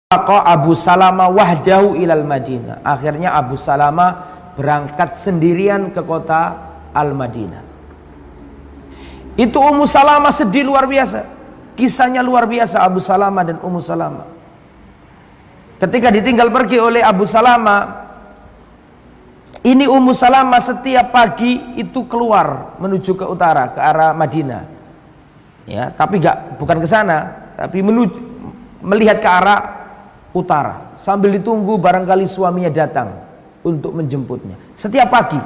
Abu Salama wahdahu ilal Madinah. Akhirnya Abu Salama berangkat sendirian ke kota Al-Madinah. Itu Ummu Salama sedih luar biasa. Kisahnya luar biasa Abu Salama dan Ummu Salama. Ketika ditinggal pergi oleh Abu Salama, ini Ummu Salama setiap pagi itu keluar menuju ke utara, ke arah Madinah. Ya, tapi bukan ke sana, tapi melihat ke arah utara sambil ditunggu barangkali suaminya datang untuk menjemputnya setiap pagi.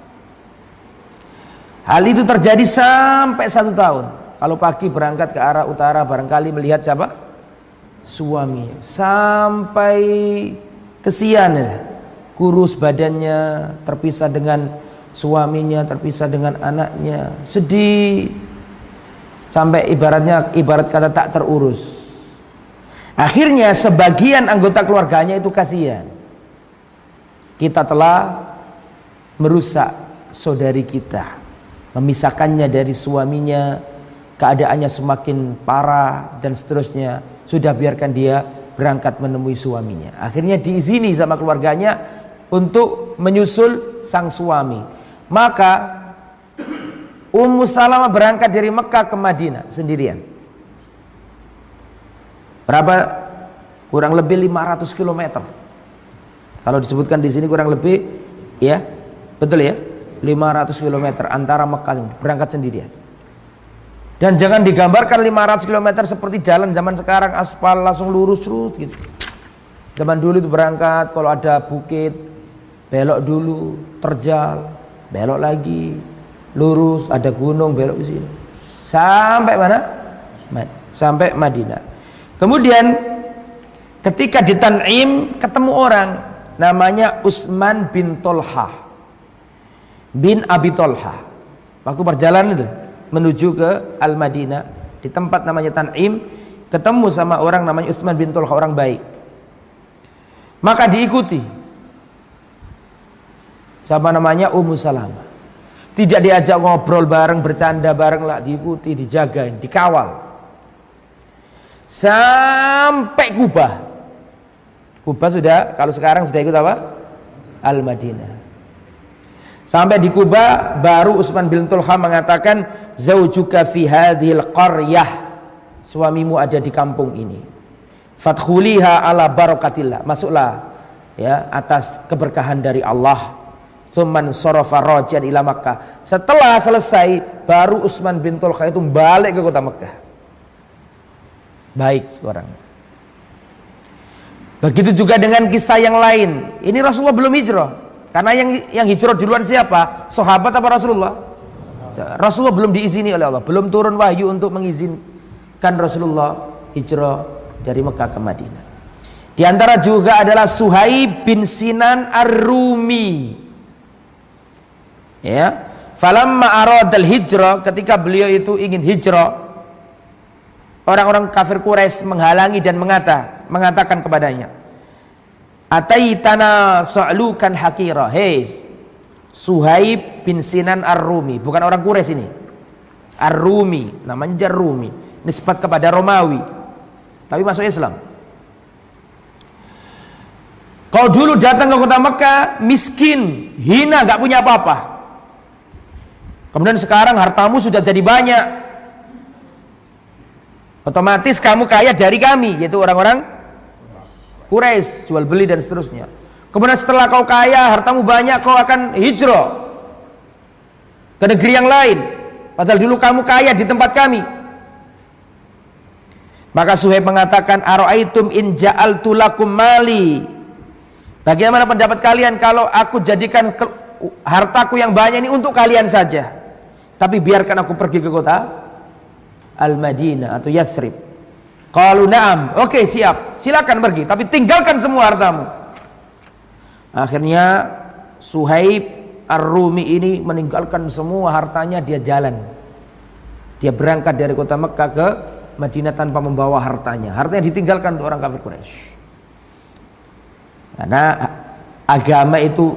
Hal itu terjadi sampai 1 tahun. Kalau pagi berangkat ke arah utara barangkali melihat siapa? Suaminya. Sampai kesian ya. Kurus badannya, terpisah dengan suaminya, terpisah dengan anaknya, sedih. Sampai ibarat kata tak terurus. Akhirnya sebagian anggota keluarganya itu kasihan. Kita telah merusak saudari kita, memisahkannya dari suaminya, keadaannya semakin parah dan seterusnya. Sudah biarkan dia berangkat menemui suaminya. Akhirnya diizini sama keluarganya untuk menyusul sang suami. Maka Ummu Salamah berangkat dari Mekah ke Madinah sendirian. Berapa? Kurang lebih 500 km. Kalau disebutkan di sini kurang lebih, ya, betul ya, 500 km antara Mekah, berangkat sendirian. Dan jangan digambarkan 500 km seperti jalan zaman sekarang aspal langsung lurus gitu. Zaman dulu itu berangkat, kalau ada bukit belok dulu, terjal, belok lagi, lurus, ada gunung belok ke sini. Sampai mana? Sampai Madinah. Kemudian ketika di Tan'im ketemu orang namanya Utsman bin Tolhah bin Abi Tolhah. Waktu perjalanan itu menuju ke Al-Madinah di tempat namanya Tan'im, ketemu sama orang namanya Utsman bin Tolhah, orang baik. Maka diikuti sama namanya Ummu Salamah. Tidak diajak ngobrol bareng, bercanda bareng lah, diikuti, dijaga, dikawal. Sampai Kubah. Kubah sudah, kalau sekarang sudah ikut apa? Al-Madinah. Sampai di Kubah baru Utsman bin Tolhah mengatakan, zaujuka fi hadhil qaryah, suamimu ada di kampung ini. Fadkhuliha ala barakatillah, masuklah ya atas keberkahan dari Allah. Tsumman sarafa rajian ila Makkah. Setelah selesai baru Utsman bin Tolhah itu balik ke kota Mekah. Baik orang. Begitu juga dengan kisah yang lain. Ini Rasulullah belum hijrah. Karena yang hijrah duluan siapa? Sahabat apa Rasulullah? Rasulullah belum diizini oleh Allah. Belum turun wahyu untuk mengizinkan Rasulullah hijrah dari Mekah ke Madinah. Di antara juga adalah Suhaib bin Sinan Ar-Rumi. Ya. Falamma aradal hijrah, ketika beliau itu ingin hijrah, orang-orang kafir Quraisy menghalangi dan mengatakan kepadanya, Ataitana sa'lukan hakira. Hei Suhaib bin Sinan Ar-Rumi, bukan orang Quraisy ini. Ar-Rumi, namanya Rumi, nisbat kepada Romawi, tapi masuk Islam. Kau dulu datang ke kota Mekah miskin, hina, gak punya apa-apa. Kemudian sekarang hartamu sudah jadi banyak. Otomatis kamu kaya dari kami, yaitu orang-orang Quraisy, jual beli dan seterusnya. Kemudian setelah kau kaya, hartamu banyak, kau akan hijrah ke negeri yang lain. Padahal dulu kamu kaya di tempat kami. Maka Suhaib mengatakan, Ara'aitum in ja'altu lakum mali. Bagaimana pendapat kalian kalau aku jadikan hartaku yang banyak ini untuk kalian saja, tapi biarkan aku pergi ke kota Al-Madinah atau Yathrib. Qalu na'am, oke, siap, silakan pergi, tapi tinggalkan semua hartamu. Akhirnya Suhaib Ar-Rumi ini meninggalkan semua hartanya, dia jalan. Dia berangkat dari kota Mekah ke Madinah tanpa membawa hartanya. Hartanya ditinggalkan untuk orang kafir Quraisy. Karena agama itu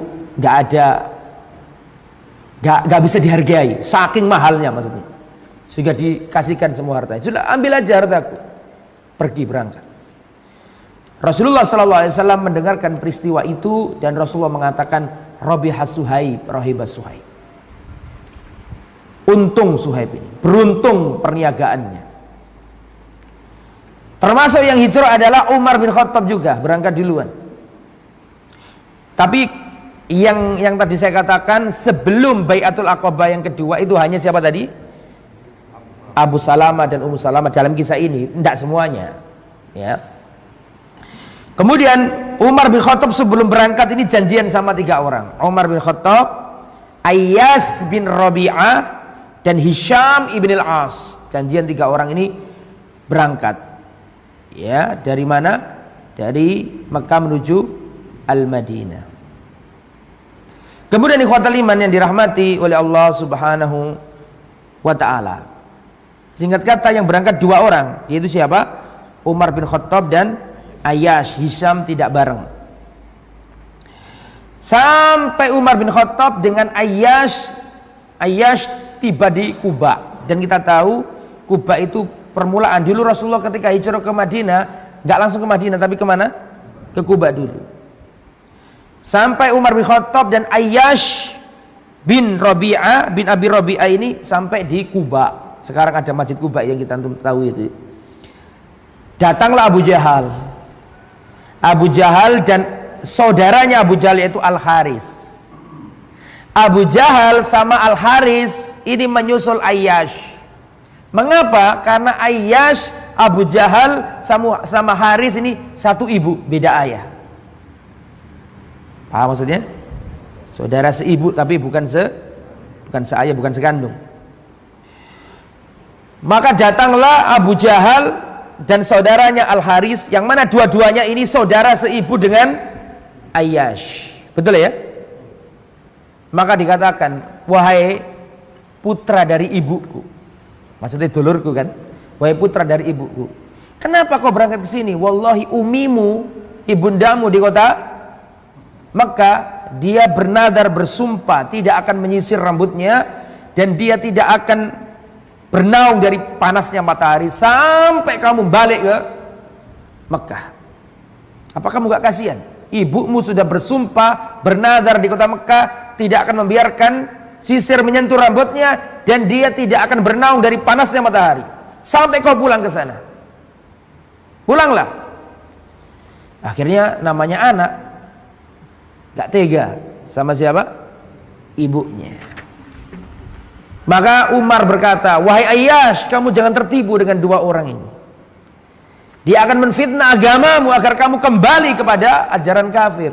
gak bisa dihargai, saking mahalnya maksudnya. Sehingga dikasihkan semua hartanya. Sudah, ambil aja hartaku. Pergi berangkat. Rasulullah SAW mendengarkan peristiwa itu dan Rasulullah mengatakan, Robihas Suhaib, Rohibas Suhaib. Untung Suhaib ini, beruntung perniagaannya. Termasuk yang hijrah adalah Umar bin Khattab juga, berangkat duluan. Tapi yang tadi saya katakan sebelum Bai'atul Aqabah yang kedua itu hanya siapa tadi? Abu Salamah dan Ummu Salamah dalam kisah ini, tidak semuanya. Ya. Kemudian Umar bin Khattab sebelum berangkat ini janjian sama 3 orang. Umar bin Khattab, Ayyas bin Rabi'ah, dan Hisham ibn al-As. Janjian 3 orang ini berangkat. Ya, dari mana? Dari Mekah menuju Al-Madinah. Kemudian ikhwatal iman yang dirahmati oleh Allah Subhanahu wa ta'ala. Singkat kata yang berangkat 2 orang, yaitu siapa? Umar bin Khattab dan Ayyash. Hisham tidak bareng. Sampai Umar bin Khattab dengan Ayyash tiba di Kuba. Dan kita tahu Kuba itu permulaan. Dulu Rasulullah ketika hijrah ke Madinah, gak langsung ke Madinah, tapi kemana? Ke Kuba dulu. Sampai Umar bin Khattab dan Ayyash bin Rabi'ah bin Abi Rabi'ah ini sampai di Kuba. Sekarang ada Masjid Kuba yang kita tahu itu. Datanglah Abu Jahal. Abu Jahal dan saudaranya Abu Jahal yaitu Al-Haris. Abu Jahal sama Al-Haris ini menyusul Ayyash. Mengapa? Karena Ayyash, Abu Jahal sama Haris ini satu ibu, beda ayah. Paham maksudnya? Saudara seibu tapi bukan seayah, bukan sekandung. Maka datanglah Abu Jahal dan saudaranya Al-Haris, yang mana dua-duanya ini saudara seibu dengan Ayyash. Betul ya? Maka dikatakan, wahai putra dari ibuku. Maksudnya dulurku kan? Wahai putra dari ibuku, kenapa kau berangkat ke sini? Wallahi umimu, ibundamu di kota Mekah, dia bernadar bersumpah tidak akan menyisir rambutnya dan dia tidak akan bernaung dari panasnya matahari sampai kamu balik ke Mekah. Apa kamu gak kasihan? Ibumu sudah bersumpah, bernadar di kota Mekah tidak akan membiarkan sisir menyentuh rambutnya dan dia tidak akan bernaung dari panasnya matahari sampai kau pulang ke sana. Pulanglah. Akhirnya namanya anak gak tega sama siapa? Ibunya. Maka Umar berkata, wahai Ayyash, kamu jangan tertipu dengan 2 orang ini. Dia akan menfitnah agamamu agar kamu kembali kepada ajaran kafir.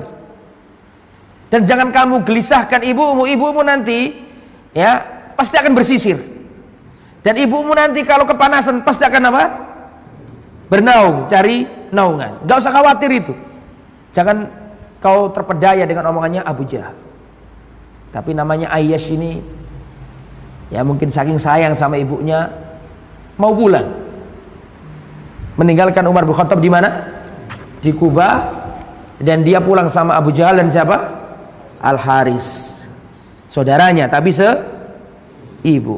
Dan jangan kamu gelisahkan ibumu nanti ya pasti akan bersisir. Dan ibumu nanti kalau kepanasan pasti akan apa? Bernaung, cari naungan. Gak usah khawatir itu. Jangan kau terpedaya dengan omongannya Abu Jahal. Tapi namanya Ayyash ini ya mungkin saking sayang sama ibunya mau pulang, meninggalkan Umar bin Khattab di mana? Di Kuba, dan dia pulang sama Abu Jahal dan siapa? Al-Haris, saudaranya tapi seibu.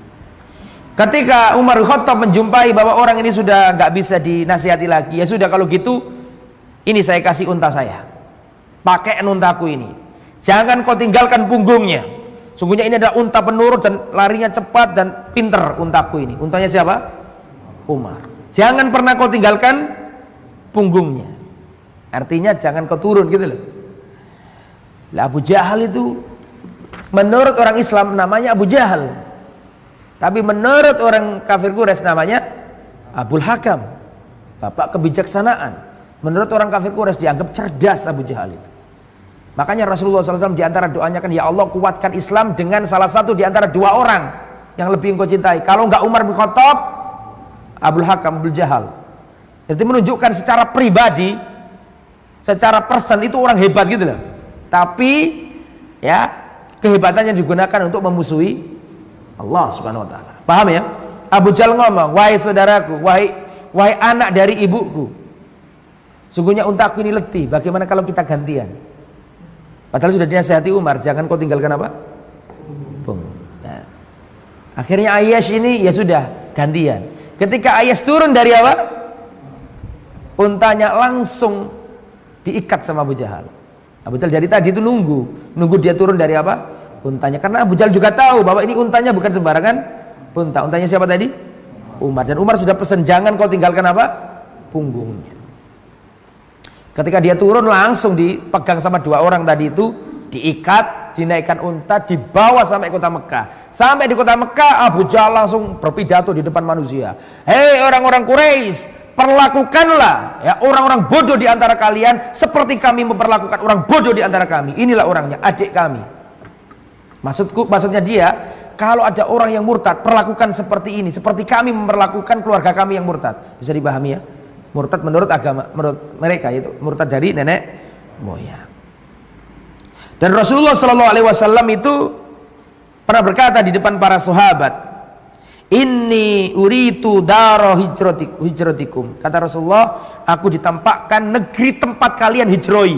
Ketika Umar bin Khattab menjumpai bahwa orang ini sudah gak bisa dinasihati lagi, ya sudah kalau gitu ini saya kasih unta saya, pakai untaku ini, jangan kau tinggalkan punggungnya. Sungguhnya ini adalah unta penurut dan larinya cepat dan pinter untaku ini. Untanya siapa? Umar. Jangan pernah kau tinggalkan punggungnya. Artinya jangan kau turun gitu loh. Lah Abu Jahal itu menurut orang Islam namanya Abu Jahal. Tapi menurut orang kafir Quraisy namanya Abul Hakam. Bapak kebijaksanaan. Menurut orang kafir Quraisy dianggap cerdas Abu Jahal itu. Makanya Rasulullah SAW diantara doanya kan, ya Allah kuatkan Islam dengan salah satu diantara 2 orang yang lebih engkau cintai. Kalau enggak Umar bin Khattab, Abul Hakam, Abul Jahal. Jadi menunjukkan secara pribadi, secara person itu orang hebat gitu loh. Tapi ya kehebatannya digunakan untuk memusuhi Allah Subhanahu Wa Taala. Paham ya? Abu Jahal ngomong, wahai saudaraku, wahai anak dari ibuku, sungguhnya untaku ini letih. Bagaimana kalau kita gantian? Padahal sudah dinasihati Umar, jangan kau tinggalkan apa? Nah, akhirnya Ayyash ini ya sudah gantian. Ketika Ayyash turun dari apa? untanya langsung diikat sama Abu Jahal. Abu Jahal dari tadi itu nunggu dia turun dari apa? Untanya. Karena Abu Jahal juga tahu bahwa ini untanya bukan sembarangan unta. Untanya siapa tadi? Umar. Dan Umar sudah pesan, jangan kau tinggalkan apa? Punggungnya. Ketika dia turun langsung dipegang sama dua orang tadi itu, diikat, dinaikkan unta, dibawa sampai kota Mekah. Sampai di kota Mekah, Abu Jahal langsung berpidato di depan manusia. Hei orang-orang Quraisy, perlakukanlah ya orang-orang bodoh di antara kalian seperti kami memperlakukan orang bodoh di antara kami. Inilah orangnya, adik kami. Maksudnya dia, kalau ada orang yang murtad, perlakukan seperti ini, seperti kami memperlakukan keluarga kami yang murtad. Bisa dipahami ya? Murtad menurut agama, menurut mereka itu murtad dari nenek moyang. Dan Rasulullah Shallallahu Alaihi Wasallam itu pernah berkata di depan para sahabat, Inni uritu daro hijratikum. Kata Rasulullah, aku ditampakkan negeri tempat kalian hijroi,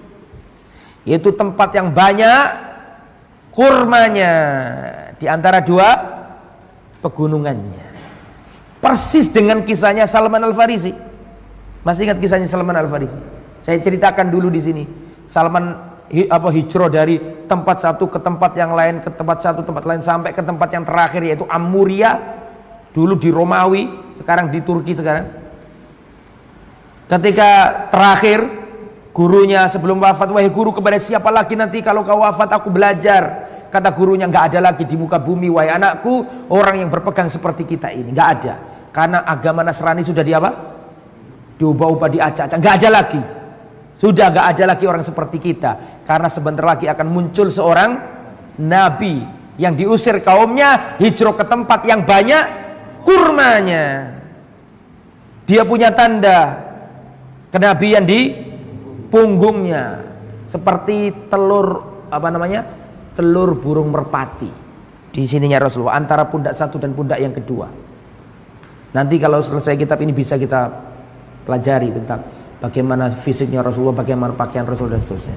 yaitu tempat yang banyak kurmanya di antara dua pegunungannya. Persis dengan kisahnya Salman Al-Farisi. Masih ingat kisahnya Salman Al-Farisi? Saya ceritakan dulu di sini. Salman hijrah dari tempat satu ke tempat yang lain, ke tempat satu tempat lain, sampai ke tempat yang terakhir yaitu Amuria, dulu di Romawi, sekarang di Turki sekarang. Ketika terakhir gurunya sebelum wafat, wahai guru, kepada siapa lagi nanti kalau kau wafat aku belajar? Kata gurunya, nggak ada lagi di muka bumi wahai anakku orang yang berpegang seperti kita ini, nggak ada. Karena agama Nasrani sudah di apa? Diubah-ubah, diacak-acak, nggak ada lagi. Sudah nggak ada lagi orang seperti kita, karena sebentar lagi akan muncul seorang nabi yang diusir kaumnya hijrah ke tempat yang banyak kurmanya. Dia punya tanda kenabian di punggungnya seperti telur telur burung merpati. Di sininya Rasulullah, antara pundak satu dan pundak yang kedua. Nanti kalau selesai kitab ini bisa kita pelajari tentang bagaimana fisiknya Rasulullah, bagaimana pakaian Rasul dan seterusnya.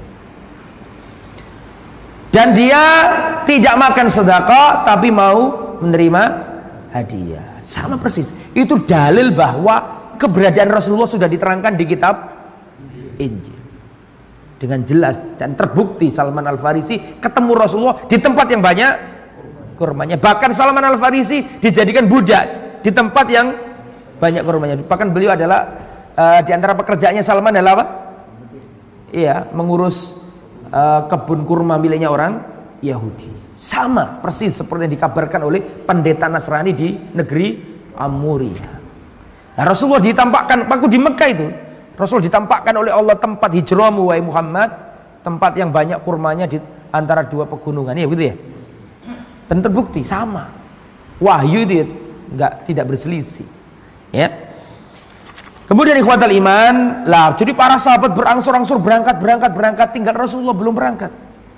Dan dia tidak makan sedekah tapi mau menerima hadiah. Sama persis. Itu dalil bahwa keberadaan Rasulullah sudah diterangkan di kitab Injil dengan jelas dan terbukti. Salman Al-Farisi ketemu Rasulullah di tempat yang banyak kurmanya. Bahkan Salman Al-Farisi dijadikan budak di tempat yang banyak kurmanya. Bahkan beliau adalah di antara pekerjaannya Salman adalah apa? Iya, mengurus kebun kurma miliknya orang Yahudi. Sama persis seperti yang dikabarkan oleh pendeta Nasrani di negeri Amuria. Nah, Rasulullah ditampakkan waktu di Mekah itu. Rasul ditampakkan oleh Allah tempat hijrahmu wahai Muhammad, tempat yang banyak kurmanya di antara dua pegunungan. Ya begitu ya. Dan terbukti sama. Wahyu itu tidak berselisih. Ya. Kemudian ikhwatal iman, jadi para sahabat berangsur-angsur berangkat, tinggal Rasulullah belum berangkat.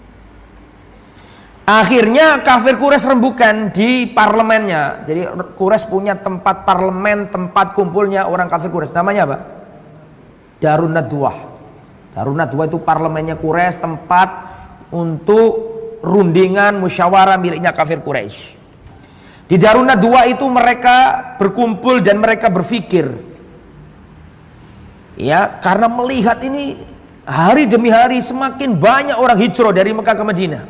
Akhirnya kafir Quraisy rembukan di parlemennya. Jadi Quraisy punya tempat parlemen, tempat kumpulnya orang kafir Quraisy. Namanya apa? Darun Nadwah. Darun Nadwah itu parlemennya Quraisy, tempat untuk rundingan musyawarah miliknya kafir Quraisy. Di Darun Nadwah itu mereka berkumpul dan mereka berpikir. Ya, karena melihat ini hari demi hari semakin banyak orang hijrah dari Mekah ke Madinah.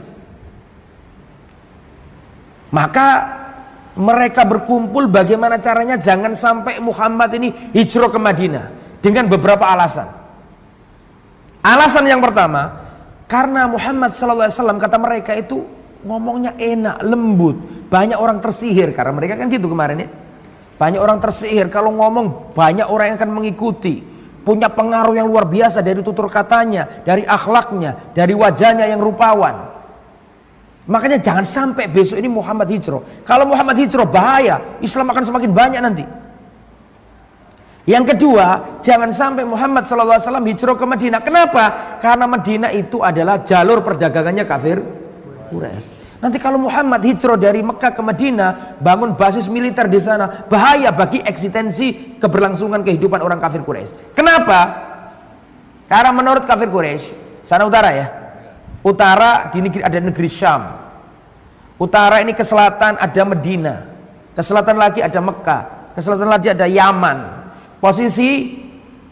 Maka mereka berkumpul bagaimana caranya jangan sampai Muhammad ini hijrah ke Madinah dengan beberapa alasan. Alasan yang pertama, karena Muhammad SAW kata mereka itu ngomongnya enak, lembut, banyak orang tersihir karena mereka kan gitu kemarin ya. Banyak orang tersihir, kalau ngomong banyak orang yang akan mengikuti. Punya pengaruh yang luar biasa dari tutur katanya, dari akhlaknya, dari wajahnya yang rupawan. Makanya jangan sampai besok ini Muhammad hijrah. Kalau Muhammad hijrah bahaya, Islam akan semakin banyak nanti. Yang kedua, jangan sampai Muhammad SAW hijrah ke Madinah. Kenapa? Karena Madinah itu adalah jalur perdagangannya kafir Quraisy. Nanti kalau Muhammad hijrah dari Mekah ke Madinah, bangun basis militer di sana, bahaya bagi eksistensi keberlangsungan kehidupan orang kafir Quraisy. Kenapa? Karena menurut kafir Quraisy, sana utara ya. Utara ada negeri Syam. Utara ini ke selatan ada Medina. Ke selatan lagi ada Mekah. Ke selatan lagi ada Yaman. Posisi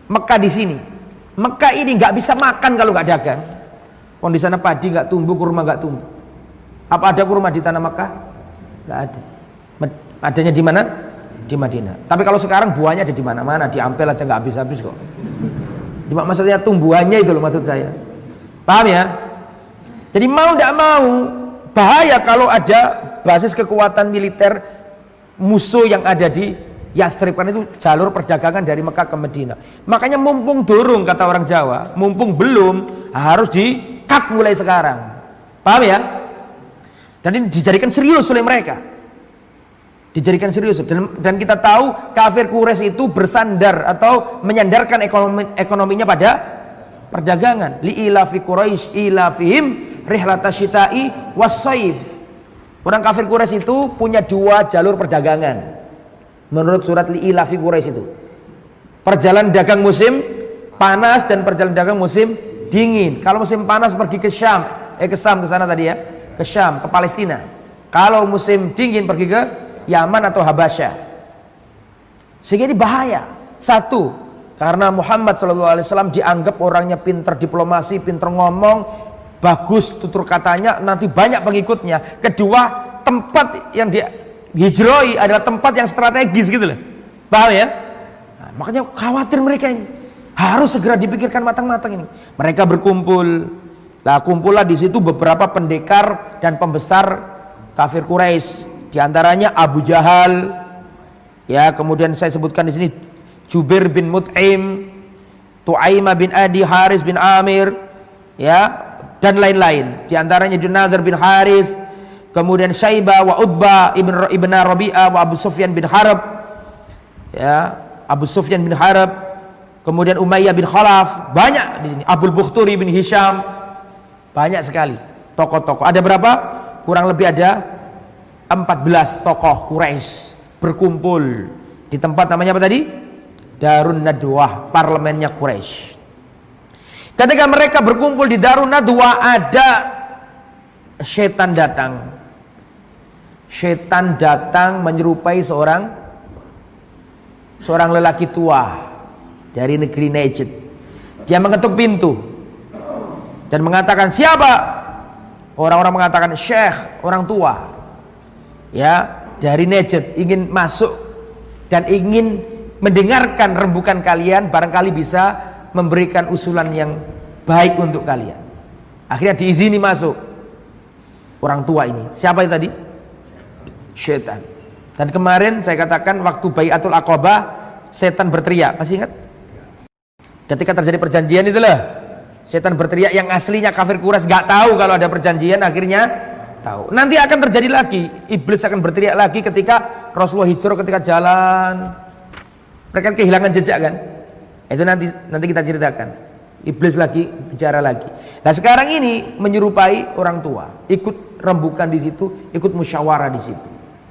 Mekah di sini. Mekah ini nggak bisa makan kalau nggak dagang. Di sana padi nggak tumbuh, kurma nggak tumbuh. Apa ada kurma di tanah Mekah? Nggak ada. Adanya di mana? Di Madinah. Tapi kalau sekarang buahnya ada di mana-mana, di Ampel aja nggak habis-habis kok. Cuma maksudnya tumbuhannya itu loh maksud saya. Paham ya? Jadi mau tidak mau bahaya kalau ada basis kekuatan militer musuh yang ada di Yastrib, karena itu jalur perdagangan dari Mekah ke Madinah. Makanya mumpung dorong, kata orang Jawa, mumpung belum, harus di-cut mulai sekarang. Paham ya? Dan ini dijadikan serius oleh mereka. Dijadikan serius, dan kita tahu kafir Quraisy itu bersandar atau menyandarkan ekonominya pada perdagangan. Li ilafi Quraisy ilafihim rihlatasyita'i was-saif. Orang kafir Quraisy itu punya dua jalur perdagangan. Menurut surat Li ilafi Quraisy itu, perjalanan dagang musim panas dan perjalanan dagang musim dingin. Kalau musim panas pergi ke Syam, ke sana tadi ya, ke Syam, ke Palestina. Kalau musim dingin pergi ke Yaman atau Habasyah. Sehingga ini bahaya. Satu, karena Muhammad SAW dianggap orangnya pinter diplomasi, pinter ngomong, bagus tutur katanya, nanti banyak pengikutnya. Kedua, tempat yang dihijrahi adalah tempat yang strategis gitu loh. Paham ya? Nah, makanya khawatir mereka ini. Harus segera dipikirkan matang-matang ini. Mereka berkumpul. Lah kumpullah di situ beberapa pendekar dan pembesar kafir Quraisy. Di antaranya Abu Jahal, ya, kemudian saya sebutkan di sini Jubair bin Mut'im, Tu'aimah bin Adi, Haris bin Amir, ya, dan lain-lain. Di antaranya Junadzar bin Haris, kemudian Syaibah wa Utbah ibn Rabi'ah wa Abu Sufyan bin Harb, ya, Abu Sufyan bin Harb, kemudian Umayyah bin Khalaf, banyak di sini. Abul Bukhturi bin Hisham, banyak sekali tokoh-tokoh. Ada berapa? Kurang lebih ada 14 tokoh Quraisy berkumpul di tempat namanya apa tadi? Darun Nadwah, parlemennya Quraisy. Ketika mereka berkumpul di Darun Nadwah, ada setan datang. Setan datang menyerupai seorang lelaki tua dari negeri Najd. Dia mengetuk pintu dan mengatakan, "Siapa?" Orang-orang mengatakan, "Syekh, orang tua." Ya, dari Najd ingin masuk dan ingin mendengarkan rembukan kalian, barangkali bisa memberikan usulan yang baik untuk kalian. Akhirnya diizini masuk orang tua ini. Siapa itu tadi? Setan. Dan kemarin saya katakan waktu Bai'atul Aqabah, setan berteriak, masih ingat? Ketika terjadi perjanjian itulah, setan berteriak, yang aslinya kafir Quraisy gak tahu kalau ada perjanjian, akhirnya tahu. Nanti akan terjadi lagi, iblis akan berteriak lagi ketika Rasulullah hijrah, ketika jalan mereka kehilangan jejak kan. Itu nanti kita ceritakan. Iblis lagi bicara lagi. Nah sekarang ini menyerupai orang tua, ikut rembukan di situ, ikut musyawarah di situ.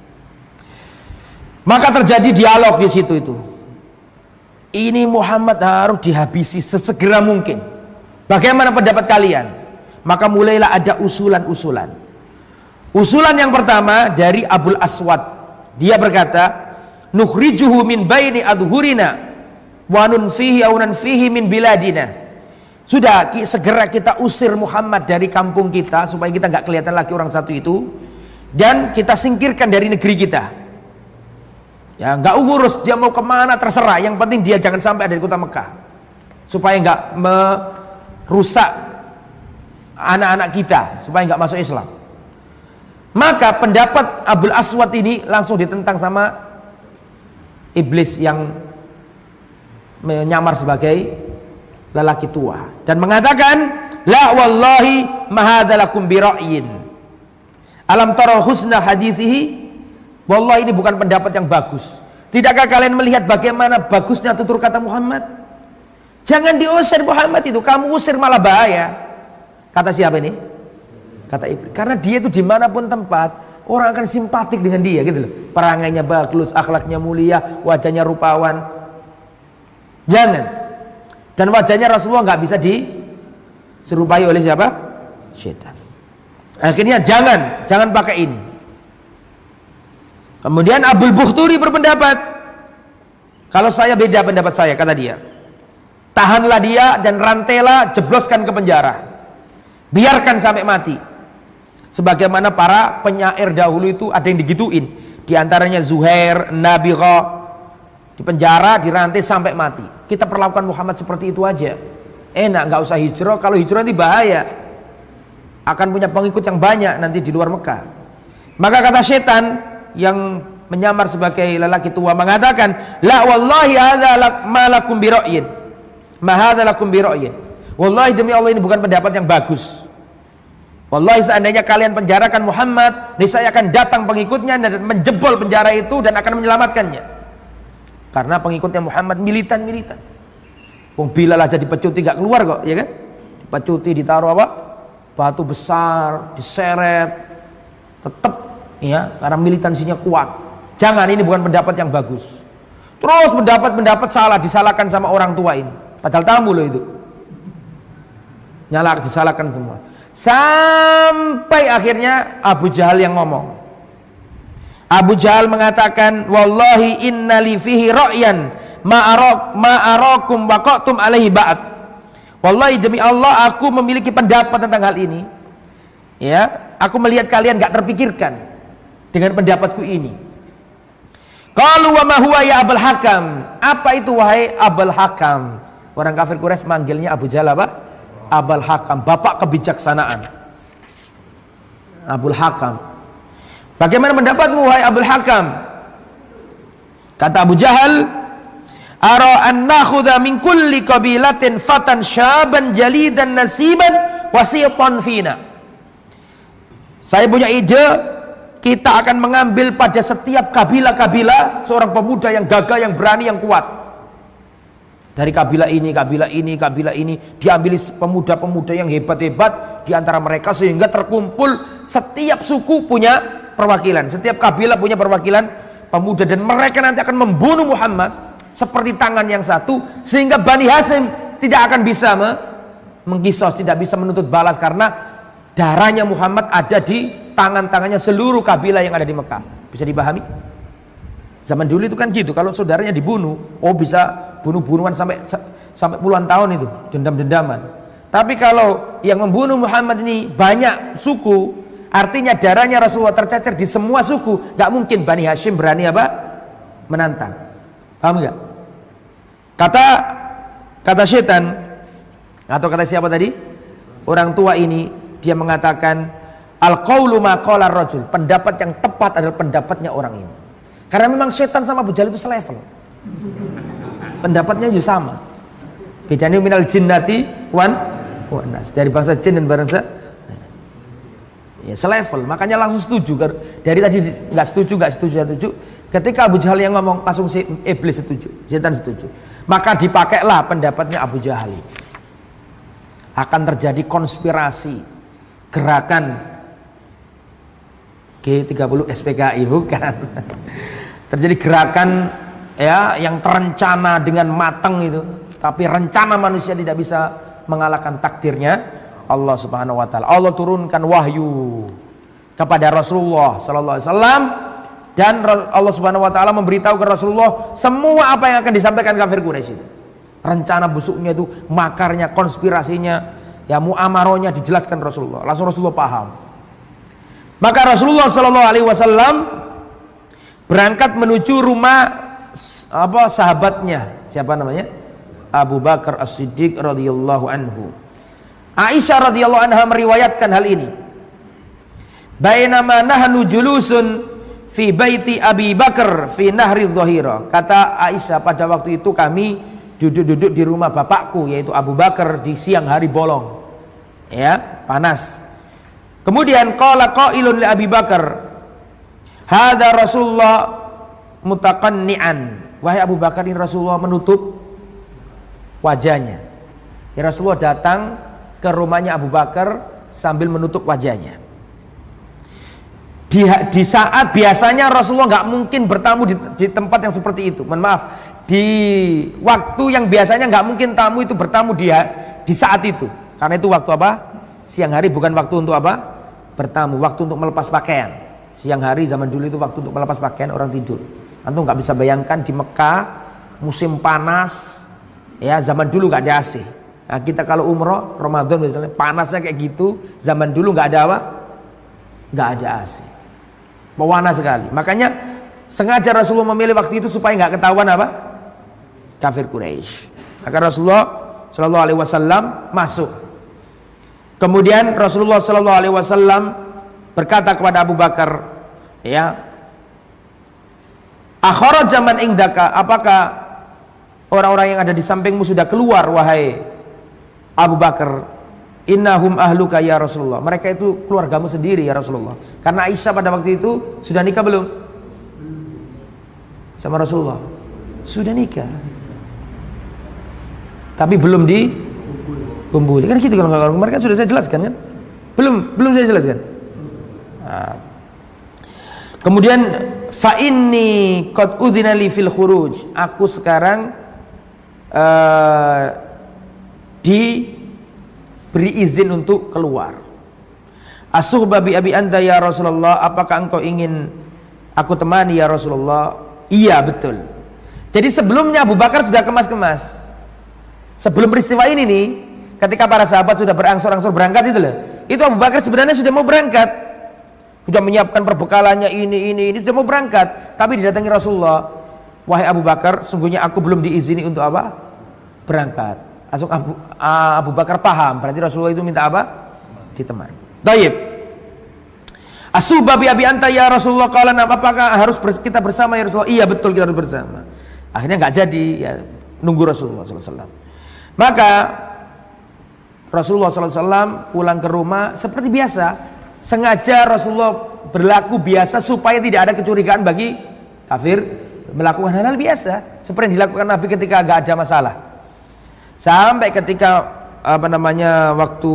Maka terjadi dialog di situ itu. Ini Muhammad harus dihabisi sesegera mungkin. Bagaimana pendapat kalian? Maka mulailah ada usulan-usulan. Usulan yang pertama dari Abul Aswad. Dia berkata, "Nukhrijuhu min baini adhurina wa nunfihi aw nanfihi min biladina." Sudah, segera kita usir Muhammad dari kampung kita supaya kita nggak kelihatan lagi orang satu itu, dan kita singkirkan dari negeri kita. Ya, nggak urus dia mau kemana, terserah. Yang penting dia jangan sampai ada di kota Mekah, supaya nggak merusak anak-anak kita, supaya nggak masuk Islam. Maka pendapat Abul Aswad ini langsung ditentang sama iblis yang menyamar sebagai lelaki tua dan mengatakan, "La wallahi mahadzalakum bira'yin. Alam tara husna hadithihi?" Wallahi ini bukan pendapat yang bagus. Tidakkah kalian melihat bagaimana bagusnya tutur kata Muhammad? Jangan diusir Muhammad itu, kamu usir malah bahaya. Kata siapa ini? Kata iblis. Karena dia itu dimanapun tempat, orang akan simpatik dengan dia gitu loh. Perangainya bagus, akhlaknya mulia, wajahnya rupawan. Jangan. Dan wajahnya Rasulullah nggak bisa diserupai oleh siapa? Syaitan. Akhirnya jangan pakai ini. Kemudian Abul Bukhturi berpendapat, kalau saya beda pendapat saya, kata dia. tahanlah dia dan rantailah, jebloskan ke penjara, biarkan sampai mati. Sebagaimana para penyair dahulu itu ada yang digituin, di antaranya Zuhair, Nabigha, di penjara, dirantai sampai mati. Kita perlakukan Muhammad seperti itu aja, enak, nggak usah hijrah. Kalau hijrah nanti bahaya, akan punya pengikut yang banyak nanti di luar Mekah. Maka kata setan yang menyamar sebagai lelaki tua mengatakan, la wallahi hadza ma lakum bi ra'yin, ma hadza lakum bi ra'yin. Wallahi demi Allah ini bukan pendapat yang bagus. Wallahi seandainya kalian penjarakan Muhammad, niscaya akan datang pengikutnya dan menjebol penjara itu dan akan menyelamatkannya. Karena pengikutnya Muhammad militan-militan. Wong Bilal aja dipecuti gak keluar kok, ya kan? Dipecuti, ditaruh apa? Batu besar, diseret, tetap ya, karena militansinya kuat. Jangan, ini bukan pendapat yang bagus. Terus pendapat salah disalahkan sama orang tua ini. Padahal tamu loh itu. Nyala disalahkan semua. Sampai akhirnya Abu Jahal yang ngomong. Abu Jahal mengatakan, wallahi inna li fihi ra'yan ma arakum waqatum alaihi ba'd. Wallahi demi Allah aku memiliki pendapat tentang hal ini. Ya, aku melihat kalian gak terpikirkan dengan pendapatku ini. Qalu wa ma huwa ya Abul Hakam? Apa itu wahai Abul Hakam? Orang kafir Quraisy manggilnya Abu Jahal apa? Abul Hakam, bapak kebijaksanaan. Abul Hakam. Bagaimana pendapatmu wahai Abul Hakam? Kata Abu Jahal, ara an nakhudha min kulli qabilatin fatan syaban jalidan nasiban wasitan fina. Saya punya ide, kita akan mengambil pada setiap kabilah-kabilah seorang pemuda yang gagah, yang berani, yang kuat. Dari kabilah ini diambil pemuda-pemuda yang hebat-hebat di antara mereka, sehingga terkumpul setiap suku punya perwakilan, setiap kabilah punya perwakilan pemuda, dan mereka nanti akan membunuh Muhammad seperti tangan yang satu, sehingga Bani Hashim tidak akan bisa mengkisos, tidak bisa menuntut balas, karena darahnya Muhammad ada di tangan-tangannya seluruh kabilah yang ada di Mekah. Bisa dipahami? Zaman dulu itu kan gitu, kalau saudaranya dibunuh, oh bisa bunuh-bunuhan sampai puluhan tahun itu, dendam-dendaman. Tapi kalau yang membunuh Muhammad ini banyak suku, artinya darahnya Rasulullah tercecer di semua suku, gak mungkin Bani Hashim berani apa? Menantang. Paham gak? Kata setan, atau kata siapa tadi? Orang tua ini, dia mengatakan, al-qawlu ma qala ar-rajul, pendapat yang tepat adalah pendapatnya orang ini. Karena memang setan sama Abu Jahal itu selevel, pendapatnya juga sama. Bedanya minal jinnati wan nas, dari bangsa jin dan bangsa ya selevel. Makanya langsung setuju. Dari tadi nggak setuju. Ketika Abu Jahal yang ngomong, langsung si iblis setuju, setan setuju. Maka dipakailah pendapatnya Abu Jahal. Akan terjadi konspirasi, gerakan G30 SPKI, bukan. Terjadi gerakan ya yang terencana dengan matang itu, tapi rencana manusia tidak bisa mengalahkan takdirnya Allah Subhanahu wa taala. Allah turunkan wahyu kepada Rasulullah sallallahu alaihi wasallam, dan Allah Subhanahu wa taala memberitahu ke Rasulullah semua apa yang akan disampaikan kafir Quraisy itu. Rencana busuknya itu, makarnya, konspirasinya, ya muamarohnya dijelaskan Rasulullah. Langsung Rasulullah paham. Maka Rasulullah sallallahu alaihi wasallam berangkat menuju rumah sahabatnya, siapa namanya? Abu Bakar As-Siddiq radhiyallahu anhu. Aisyah radhiyallahu anha meriwayatkan hal ini. Bainama nahnu julusun fi baiti Abi Bakar fi nahri dhahira. Kata Aisyah, pada waktu itu kami duduk-duduk di rumah bapakku, yaitu Abu Bakar, di siang hari bolong. Ya, panas. Kemudian qala qailun li Abi Bakar, hadza Rasulullah mutaqanni'an. Wahai Abu Bakar, ini Rasulullah menutup wajahnya. Ya, Rasulullah datang ke rumahnya Abu Bakar sambil menutup wajahnya. Di saat biasanya Rasulullah nggak mungkin bertamu di tempat yang seperti itu. Mohon maaf, di waktu yang biasanya nggak mungkin tamu itu bertamu di saat itu. Karena itu waktu apa? Siang hari, bukan waktu untuk apa? Bertamu, waktu untuk melepas pakaian. Siang hari zaman dulu itu waktu untuk melepas pakaian, orang tidur. Antum nggak bisa bayangkan di Mekah musim panas, Ya, zaman dulu nggak ada AC. Nah, kita kalau umroh Ramadan misalnya panasnya kayak gitu, zaman dulu nggak ada apa? Nggak ada AC. Pewana sekali. Makanya sengaja Rasulullah memilih waktu itu supaya nggak ketahuan apa? Kafir Quraisy. Maka Rasulullah Shallallahu Alaihi Wasallam masuk. Kemudian Rasulullah Shallallahu Alaihi Wasallam berkata kepada Abu Bakar, ya, akhara zaman indaka, apakah orang-orang yang ada di sampingmu sudah keluar wahai Abu Bakar? Innahum ahluka ya Rasulullah. Mereka itu keluargamu sendiri ya Rasulullah. Karena Aisyah pada waktu itu sudah nikah belum? Sama Rasulullah. Sudah nikah. Tapi belum dikumpuli. Kan gitu kalau mereka sudah saya jelaskan kan? Belum saya jelaskan. Nah. Kemudian fa inni qad udzina li fil khuruj. Aku sekarang diberi izin untuk keluar. Asuhba bi abi anta ya Rasulullah, apakah engkau ingin aku temani ya Rasulullah? Iya, betul. Jadi sebelumnya Abu Bakar sudah kemas-kemas. Sebelum peristiwa ini nih, ketika para sahabat sudah berangsur-angsur berangkat itu loh, itu Abu Bakar sebenarnya sudah mau berangkat, sudah menyiapkan perbekalannya ini sudah mau berangkat, tapi didatangi Rasulullah. Wahai Abu Bakar, sungguhnya aku belum diizini untuk apa? Berangkat. Langsung Abu Bakar paham, berarti Rasulullah itu minta apa? Ditemani. Baik. Asuba bi abi anta ya Rasulullah, qala apakah harus kita bersama ya Rasulullah? Iya, betul, kita harus bersama. Akhirnya nggak jadi, ya nunggu Rasulullah SAW. Maka Rasulullah SAW pulang ke rumah seperti biasa. Sengaja Rasulullah berlaku biasa supaya tidak ada kecurigaan bagi kafir, melakukan hal-hal biasa seperti yang dilakukan Nabi ketika nggak ada masalah. Sampai ketika waktu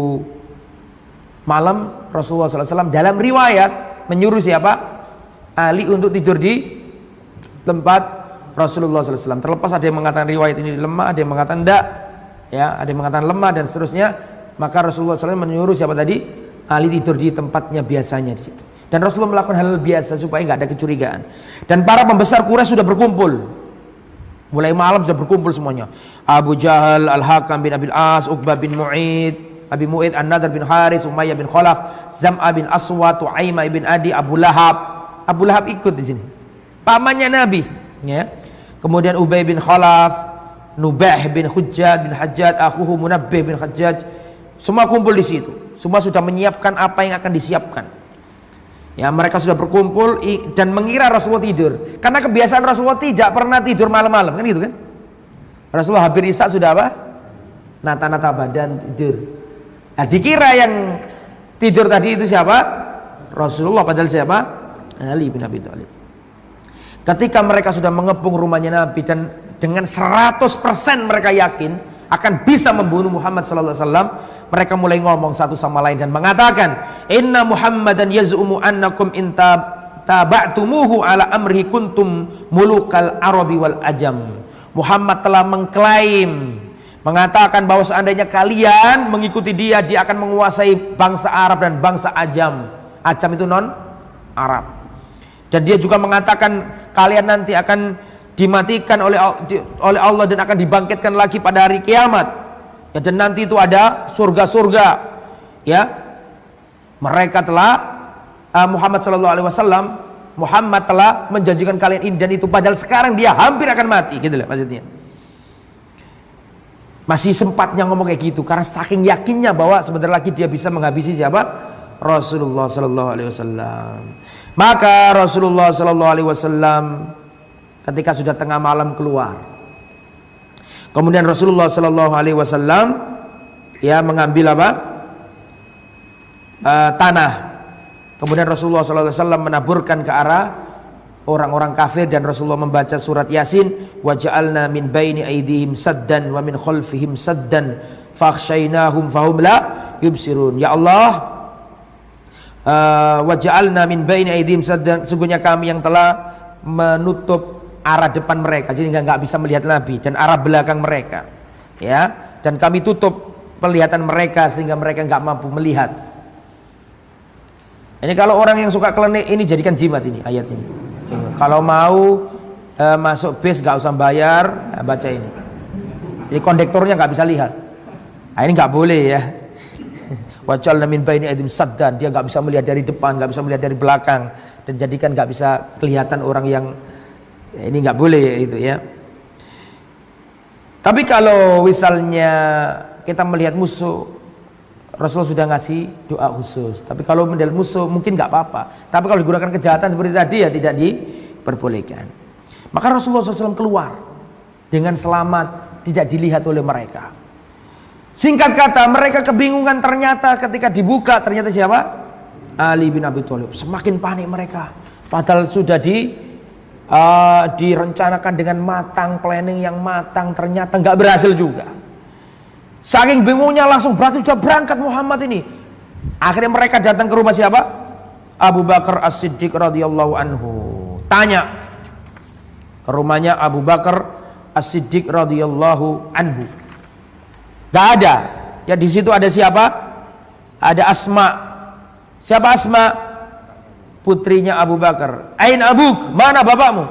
malam Rasulullah SAW dalam riwayat menyuruh siapa? Ali untuk tidur di tempat Rasulullah SAW. Terlepas ada yang mengatakan riwayat ini lemah, ada yang mengatakan enggak, ya, ada yang mengatakan lemah dan seterusnya. Maka Rasulullah SAW menyuruh siapa tadi? Ali tidur di tempatnya biasanya di situ. Dan Rasulullah melakukan hal biasa supaya nggak ada kecurigaan. Dan para pembesar Quraisy sudah berkumpul. Mulai malam sudah berkumpul semuanya. Abu Jahal, Al-Hakam bin Abil As, Uqbah bin Mu'id, Abi Mu'id, An-Nadhr bin Haris, Umayyah bin Khalaf, Zam'a bin Aswad, Tu'aimah bin Adi, Abu Lahab. Abu Lahab ikut di sini. Pamannya Nabi, ya. Kemudian Ubay bin Khalaf, Nubah bin Hujjaj bin Hajjaj, akhuhu Munabbih bin Hajjaj. Semua kumpul di situ. Semua sudah menyiapkan apa yang akan disiapkan. Ya, mereka sudah berkumpul dan mengira Rasulullah tidur. Karena kebiasaan Rasulullah tidak pernah tidur malam-malam, kan gitu kan? Rasulullah habis isya sudah apa? Nata-nata badan tidur. Nah, dikira yang tidur tadi itu siapa? Rasulullah, padahal siapa? Ali bin Abi Thalib. Ketika mereka sudah mengepung rumahnya Nabi dan dengan 100% mereka yakin akan bisa membunuh Muhammad sallallahu alaihi wasallam, mereka mulai ngomong satu sama lain dan mengatakan, "Inna Muhammadan yaz'umu annakum in taba'tumuhu ala amrihi kuntum mulukal arabi wal ajam." Muhammad telah mengklaim, mengatakan bahwa seandainya kalian mengikuti dia akan menguasai bangsa Arab dan bangsa Ajam. Ajam itu non Arab. Dan dia juga mengatakan kalian nanti akan dimatikan oleh Allah dan akan dibangkitkan lagi pada hari kiamat. Ya, dan nanti itu ada surga-surga. Ya, mereka telah Muhammad Sallallahu Alaihi Wasallam, Muhammad telah menjanjikan kalian ini dan itu, padahal sekarang dia hampir akan mati, gitu loh maksudnya. Masih sempatnya ngomong kayak gitu karena saking yakinnya bahwa sebentar lagi dia bisa menghabisi siapa? Rasulullah Sallallahu Alaihi Wasallam. Maka Rasulullah Sallallahu Alaihi Wasallam ketika sudah tengah malam keluar. Kemudian Rasulullah Sallallahu Alaihi Wasallam ya mengambil apa? Tanah. Kemudian Rasulullah Sallallahu Alaihi Wasallam menaburkan ke arah orang-orang kafir dan Rasulullah membaca surat Yasin, wa ja'alna min baini aydihim saddan wa min khalfihim saddan fakhshaynahum fahum la yubsirun. Ya Allah, wa ja'alna min baini aydihim saddan, sungguhnya kami yang telah menutup arah depan mereka, jadi nggak bisa melihat Nabi, dan arah belakang mereka, ya, dan kami tutup penglihatan mereka sehingga mereka nggak mampu melihat. Ini kalau orang yang suka klenik ini jadikan jimat ini ayat ini. Kalau mau masuk bis nggak usah bayar, baca ini. Jadi kondektornya nggak bisa lihat. Nah, ini nggak boleh ya. Waj'alna min baini aydihim saddan, dia nggak bisa melihat dari depan, nggak bisa melihat dari belakang, dan jadikan nggak bisa kelihatan orang yang ini nggak boleh ya, itu ya. Tapi kalau misalnya kita melihat musuh, Rasul sudah ngasih doa khusus. Tapi kalau melihat musuh mungkin nggak apa-apa. Tapi kalau digunakan kejahatan seperti tadi ya tidak diperbolehkan. Maka Rasulullah SAW keluar dengan selamat, tidak dilihat oleh mereka. Singkat kata, mereka kebingungan ternyata ketika dibuka, ternyata siapa? Ali bin Abi Thalib. Semakin panik mereka. Padahal sudah direncanakan dengan matang, planning yang matang, ternyata nggak berhasil juga. Saking bingungnya langsung berarti sudah berangkat Muhammad ini. Akhirnya mereka datang ke rumah siapa? Abu Bakar As-Siddiq radhiyallahu anhu. Tanya ke rumahnya Abu Bakar As-Siddiq radhiyallahu anhu. Gak ada. Ya di situ ada siapa? Ada Asma. Siapa Asma? Putrinya Abu Bakar. Aina abuk? Mana bapakmu?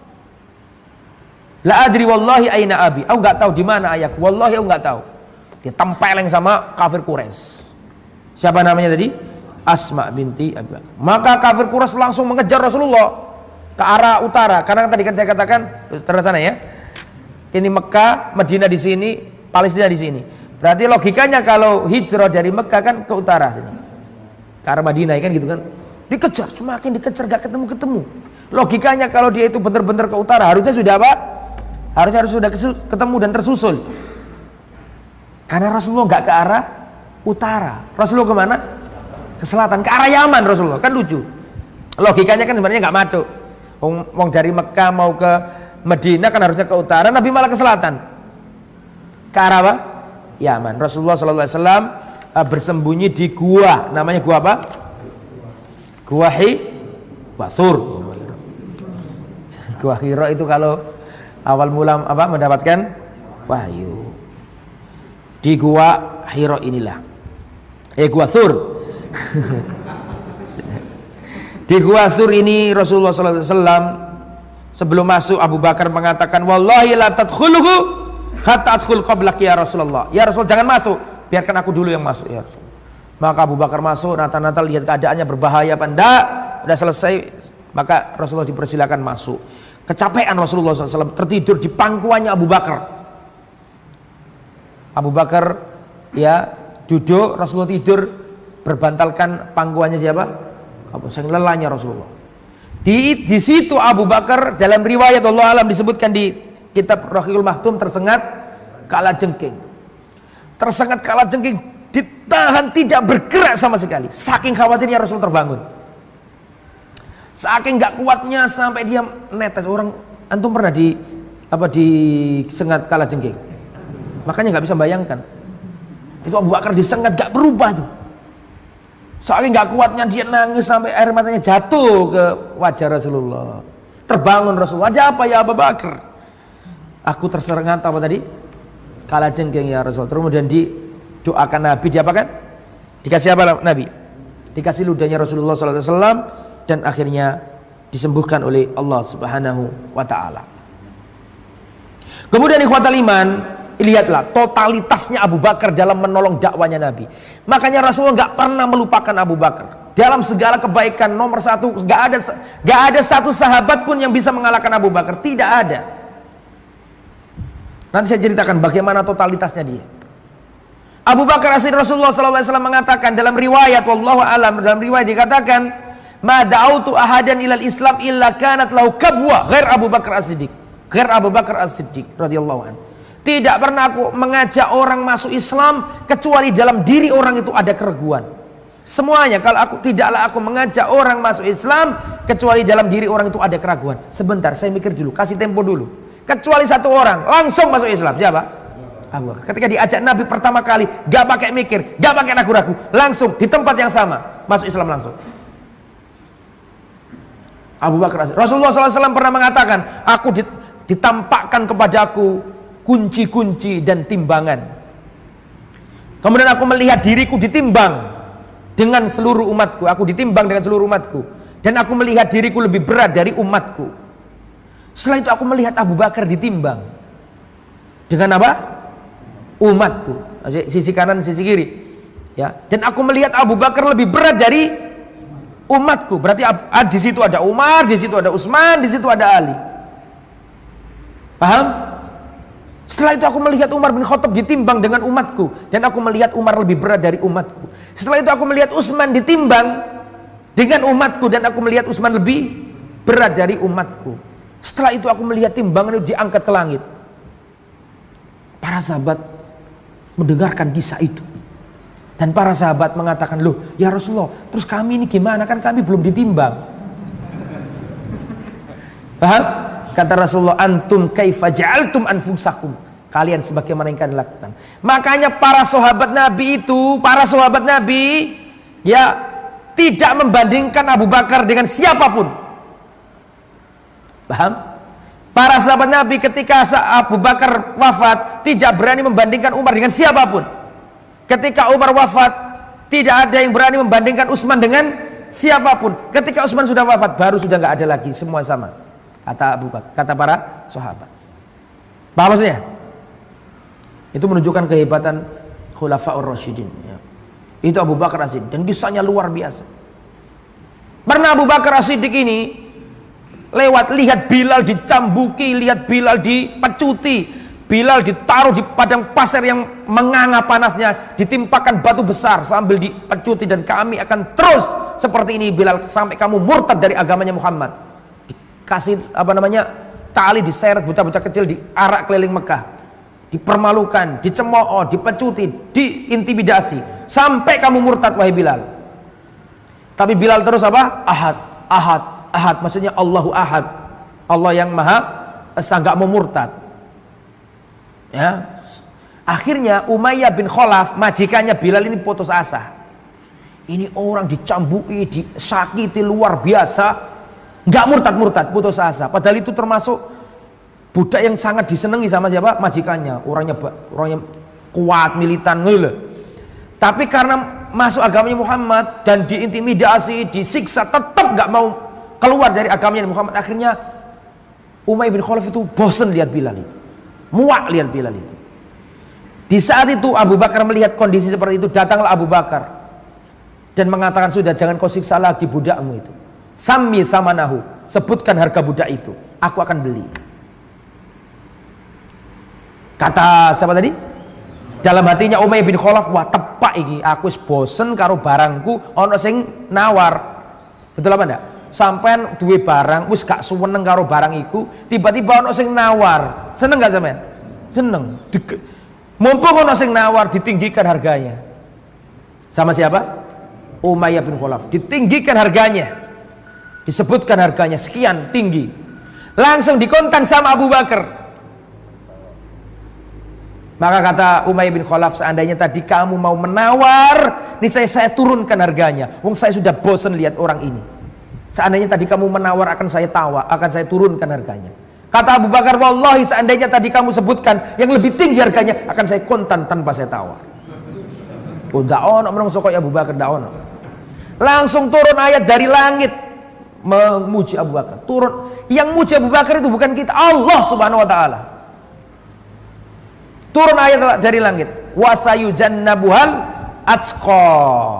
La adri wallahi aina abi. Aku nggak tahu di mana ayahku. Wallahi aku nggak tahu. Dia tempeleng sama kafir Quraisy. Siapa namanya tadi? Asma binti Abu Bakar. Maka kafir Quraisy langsung mengejar Rasulullah ke arah utara. Karena tadi kan saya katakan terus sana ya. Ini Mekah, Madinah di sini, Palestina di sini. Berarti logikanya kalau hijrah dari Mekah kan ke utara sini. Ke arah Madinah kan gitu kan. Dikejar, semakin dikejar gak ketemu-ketemu. Logikanya kalau dia itu benar-benar ke utara, harusnya sudah apa? Harusnya sudah ketemu dan tersusul. Karena Rasulullah gak ke arah utara. Rasulullah kemana? Ke selatan, ke arah Yaman Rasulullah. Kan lucu. Logikanya kan sebenarnya gak masuk. Wong dari Mekah mau ke Madinah kan harusnya ke utara, Nabi malah ke selatan. Ke arah apa? Yaman. Rasulullah SAW bersembunyi di gua. Namanya gua apa? Gua Thur. Gua Hira itu kalau awal mula apa mendapatkan wahyu. Di gua Hira inilah. Gua Thur. Di gua Thur ini Rasulullah SAW sebelum masuk Abu Bakar mengatakan, wallahi la tadkhuluhu hatta adkhul qablak ya Rasulullah. Ya Rasul, jangan masuk, biarkan aku dulu yang masuk ya Rasul. Maka Abu Bakar masuk, nata-nata lihat keadaannya berbahaya apa enggak, udah selesai, maka Rasulullah dipersilakan masuk. Kecapean Rasulullah SAW, tertidur di pangkuannya Abu Bakar. Abu Bakar ya duduk, Rasulullah tidur berbantalkan pangkuannya siapa? Saking lelahnya Rasulullah. Di situ Abu Bakar dalam riwayat Allah alam disebutkan di kitab Rahiqul Maktum tersengat kalajengking. Tersengat kalajengking, ditahan tidak bergerak sama sekali. Saking khawatirnya Rasul terbangun. Saking gak kuatnya sampai dia netes. Orang antum pernah disengat kalajengking? Makanya gak bisa bayangkan. Itu Abu Bakar disengat gak berubah tuh. Saking gak kuatnya dia nangis sampai air matanya jatuh ke wajah Rasulullah. Terbangun Rasulullah. Wajah apa ya Abu Bakar? Aku tersengat apa tadi? Kalajengking ya Rasul. Kemudian didoakan Nabi. Diapakan? Dikasih apa Nabi? Dikasih ludahnya Rasulullah SAW dan akhirnya disembuhkan oleh Allah Subhanahu wa taala. Kemudian ikhwatal iman, lihatlah totalitasnya Abu Bakar dalam menolong dakwanya Nabi. Makanya Rasulullah nggak pernah melupakan Abu Bakar dalam segala kebaikan. Nomor satu, nggak ada satu sahabat pun yang bisa mengalahkan Abu Bakar, tidak ada. Nanti saya ceritakan bagaimana totalitasnya dia. Abu Bakar As-Siddiq, Rasulullah SAW mengatakan dalam riwayat, wallahu alam, dalam riwayat dikatakan, ma da'autu ahadan ilal Islam illa kanat lahu kabwa ghair Abu Bakar As-Siddiq, ghair Abu Bakar As-Siddiq radhiyallahu anhu. Tidak pernah aku mengajak orang masuk Islam kecuali dalam diri orang itu ada keraguan. Semuanya, tidaklah aku mengajak orang masuk Islam kecuali dalam diri orang itu ada keraguan. Sebentar, saya mikir dulu, kasih tempo dulu. Kecuali satu orang langsung masuk Islam. Siapa? Abu Bakar. Ketika diajak Nabi pertama kali, gak pakai mikir, gak pakai ragu-ragu, langsung di tempat yang sama masuk Islam langsung. Abu Bakar. Rasulullah SAW pernah mengatakan, aku ditampakkan kepadaku kunci-kunci dan timbangan. Kemudian aku melihat diriku ditimbang dengan seluruh umatku. Aku ditimbang dengan seluruh umatku. Dan aku melihat diriku lebih berat dari umatku. Setelah itu aku melihat Abu Bakar ditimbang. Dengan apa? umatku. Sisi kanan, sisi kiri. Ya, dan aku melihat Abu Bakar lebih berat dari umatku. Berarti di situ ada Umar, di situ ada Utsman, di situ ada Ali. Paham? Setelah itu aku melihat Umar bin Khattab ditimbang dengan umatku, dan aku melihat Umar lebih berat dari umatku. Setelah itu aku melihat Utsman ditimbang dengan umatku, dan aku melihat Utsman lebih berat dari umatku. Setelah itu aku melihat timbangan itu diangkat ke langit. Para sahabat mendengarkan kisah itu, dan para sahabat mengatakan, loh ya Rasulullah, terus kami ini gimana, kan kami belum ditimbang. Paham? Kata Rasulullah, antum kaifa ja'altum anfusakum, kalian sebagaimana yang kalian lakukan. Makanya para sahabat Nabi itu, para sahabat Nabi ya tidak membandingkan Abu Bakar dengan siapapun. Paham? Para sahabat Nabi ketika Abu Bakar wafat tidak berani membandingkan Umar dengan siapapun. Ketika Umar wafat tidak ada yang berani membandingkan Utsman dengan siapapun. Ketika Utsman sudah wafat baru sudah nggak ada lagi, semua sama. Kata Abu Bakar, kata para sahabat. Paham maksudnya? Itu menunjukkan kehebatan Khulafaur Rasyidin ya. Itu Abu Bakar As-Siddiq, dan kisahnya luar biasa. Pernah Abu Bakar As-Siddiq ini lewat, lihat Bilal dicambuki, lihat Bilal dipecuti, Bilal ditaruh di padang pasir yang menganga panasnya, ditimpakan batu besar sambil dipecuti, dan kami akan terus seperti ini Bilal sampai kamu murtad dari agamanya Muhammad. Kasih tali diseret bocah-bocah kecil, diarak keliling Mekah, dipermalukan, dicemooh, dipecuti, diintimidasi sampai kamu murtad wahai Bilal. Tapi Bilal terus apa? Ahad, ahad, ahad, maksudnya Allahu ahad, Allah yang maha esa, nggak mau murtad. Ya, akhirnya Umayyah bin Khalaf, majikannya Bilal ini putus asa. Ini orang dicambuki, disakiti luar biasa, nggak murtad, putus asa. Padahal itu termasuk budak yang sangat disenangi sama siapa? Majikannya. Orangnya kuat, militan, ngele. Tapi karena masuk agamanya Muhammad dan diintimidasi, disiksa, tetap nggak mau keluar dari agamanya Muhammad. Akhirnya Umayyah bin Khalaf itu bosan lihat Bilal itu, muak lihat Bilal itu. Di saat itu Abu Bakar melihat kondisi seperti itu, datanglah Abu Bakar dan mengatakan, sudah, jangan kau siksa lagi budakmu itu. Sammi samanahu, sebutkan harga budak itu, aku akan beli. Kata siapa tadi? Dalam hatinya Umayyah bin Khalaf, wah tepak iki, aku wis bosen karo barangku, ono sing nawar. Betul apa ndak? Sampean duwe barang wis gak suweneng karo barang iku, tiba-tiba ono sing nawar. Seneng gak sampean? Seneng. Mumpung ono sing nawar, ditinggikan harganya. Sama siapa? Umayyah bin Khalaf, ditinggikan harganya. Disebutkan harganya sekian, tinggi. Langsung dikontan sama Abu Bakar. Maka kata Umayyah bin Khalaf, seandainya tadi kamu mau menawar, nih saya turunkan harganya. Wong saya sudah bosan lihat orang ini. Seandainya tadi kamu menawar, akan saya turunkan harganya. Kata Abu Bakar, wallahi seandainya tadi kamu sebutkan yang lebih tinggi harganya, akan saya kontan tanpa saya tawar. Oh, ndak ono menungso koyo Abu Bakar, ndak ono. Langsung turun ayat dari langit memuji Abu Bakar. Turun, yang muji Abu Bakar itu bukan kita, Allah Subhanahu wa taala. Turun ayat dari langit, wasayujannabuhal atqa.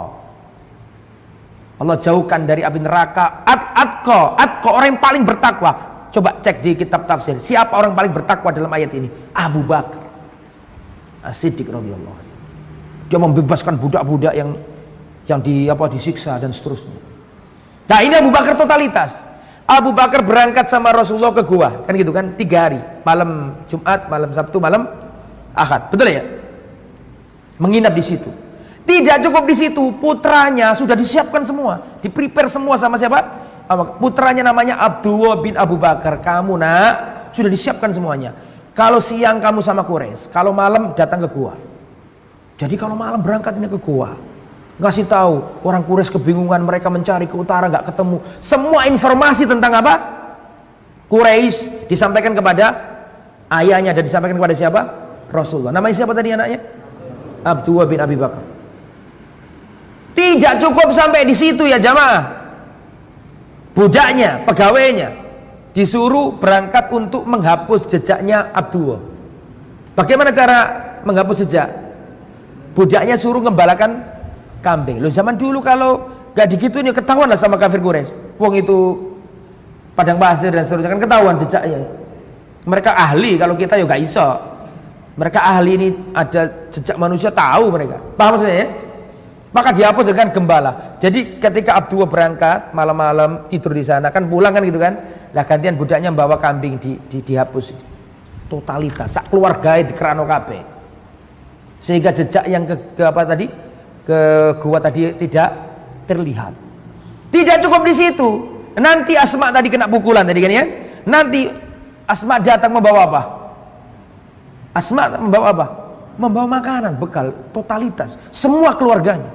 Allah jauhkan dari api neraka atqa orang yang paling bertakwa. Coba cek di kitab tafsir, siapa orang paling bertakwa dalam ayat ini? Abu Bakar As-Siddiq radhiyallahu anhu. Dia membebaskan budak-budak yang disiksa dan seterusnya. Nah, ini Abu Bakar totalitas. Abu Bakar berangkat sama Rasulullah ke gua, kan gitu kan, 3 hari, malam Jumat, malam Sabtu, malam Ahad, betul ya? Menginap di situ. Tidak cukup di situ, putranya sudah disiapkan semua, di-prepare semua sama siapa? Putranya namanya Abdullah bin Abu Bakar. Kamu nak, sudah disiapkan semuanya. Kalau siang kamu sama Quraisy, kalau malam datang ke gua. Jadi kalau malam berangkatnya ke gua. Ngasih tahu orang Quraisy kebingungan, mereka mencari ke utara nggak ketemu. Semua informasi tentang apa? Quraisy disampaikan kepada ayahnya dan disampaikan kepada siapa? Rasulullah. Namanya siapa tadi anaknya? Abdullah bin Abi Bakar. Tidak cukup sampai di situ ya jamaah. Budaknya, pegawainya disuruh berangkat untuk menghapus jejaknya Abdullah. Bagaimana cara menghapus jejak. Budaknya suruh ngembalakan kambing. Loh zaman dulu kalau gak digituin ya ketahuan lah sama kafir Quraisy. Wong itu padang pasir dan seterusnya kan ketahuan jejaknya. Mereka ahli, kalau kita ya gak iso. Mereka ahli, ini ada jejak manusia tahu mereka. Paham maksudnya ya? Maka dihapus dengan gembala. Jadi ketika Abdullah berangkat malam-malam tidur di sana kan pulang kan gitu kan. Lah gantian budaknya membawa kambing dihapus. Totalitas sak keluarga di kerano kabeh. Sehingga jejak yang ke apa tadi? Ke gua tadi tidak terlihat. Tidak cukup di situ. Nanti Asma tadi kena pukulan tadi kan ya. Nanti Asma datang membawa apa? Asma membawa apa? Membawa makanan, bekal, totalitas, semua keluarganya.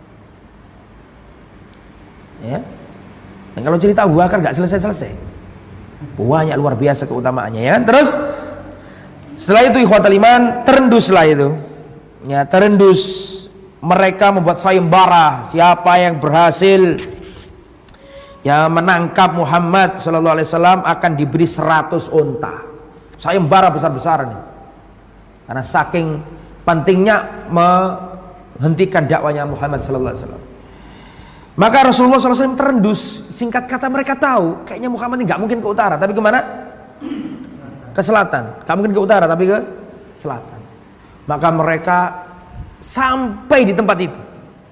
Ya. Dan kalau cerita Abu Bakar nggak selesai-selesai. Banyak luar biasa keutamaannya ya. Terus setelah itu ikhwatal iman, terenduslah itu. Ya, terendus. Mereka membuat sayembara siapa yang berhasil ya menangkap Muhammad sallallahu alaihi wasallam akan diberi 100 unta. Sayembara besar-besaran itu. Karena saking pentingnya menghentikan dakwanya Muhammad sallallahu alaihi wasallam. Maka Rasulullah sallallahu alaihi wasallam terendus. Singkat kata mereka tahu kayaknya Muhammad ini nggak mungkin ke utara, tapi kemana? Ke selatan. Nggak mungkin ke utara, tapi ke selatan. Maka mereka sampai di tempat itu.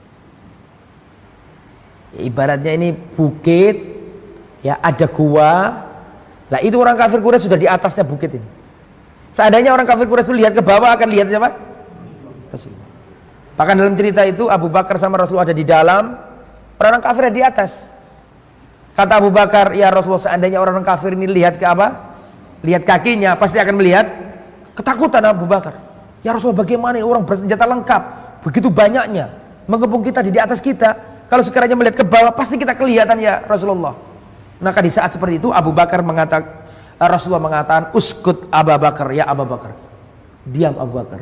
Ya, ibaratnya ini bukit, ya ada gua. Lah itu orang kafir Quraisy sudah di atasnya bukit ini. Seandainya orang kafir Quraisy itu lihat ke bawah akan lihat siapa? Rasulullah. Bahkan dalam cerita itu Abu Bakar sama Rasulullah ada di dalam, orang kafir ada di atas. Kata Abu Bakar, ya Rasulullah, seandainya orang kafir ini lihat ke apa? Lihat kakinya, pasti akan melihat ketakutan Abu Bakar. Ya Rasulullah, bagaimana orang bersenjata lengkap, begitu banyaknya mengepung kita di atas kita. Kalau sekiranya melihat ke bawah, pasti kita kelihatan ya Rasulullah. Maka di saat seperti itu Abu Bakar mengatakan, Rasulullah mengatakan, uskut Abu Bakar, ya Abu Bakar, diam Abu Bakar.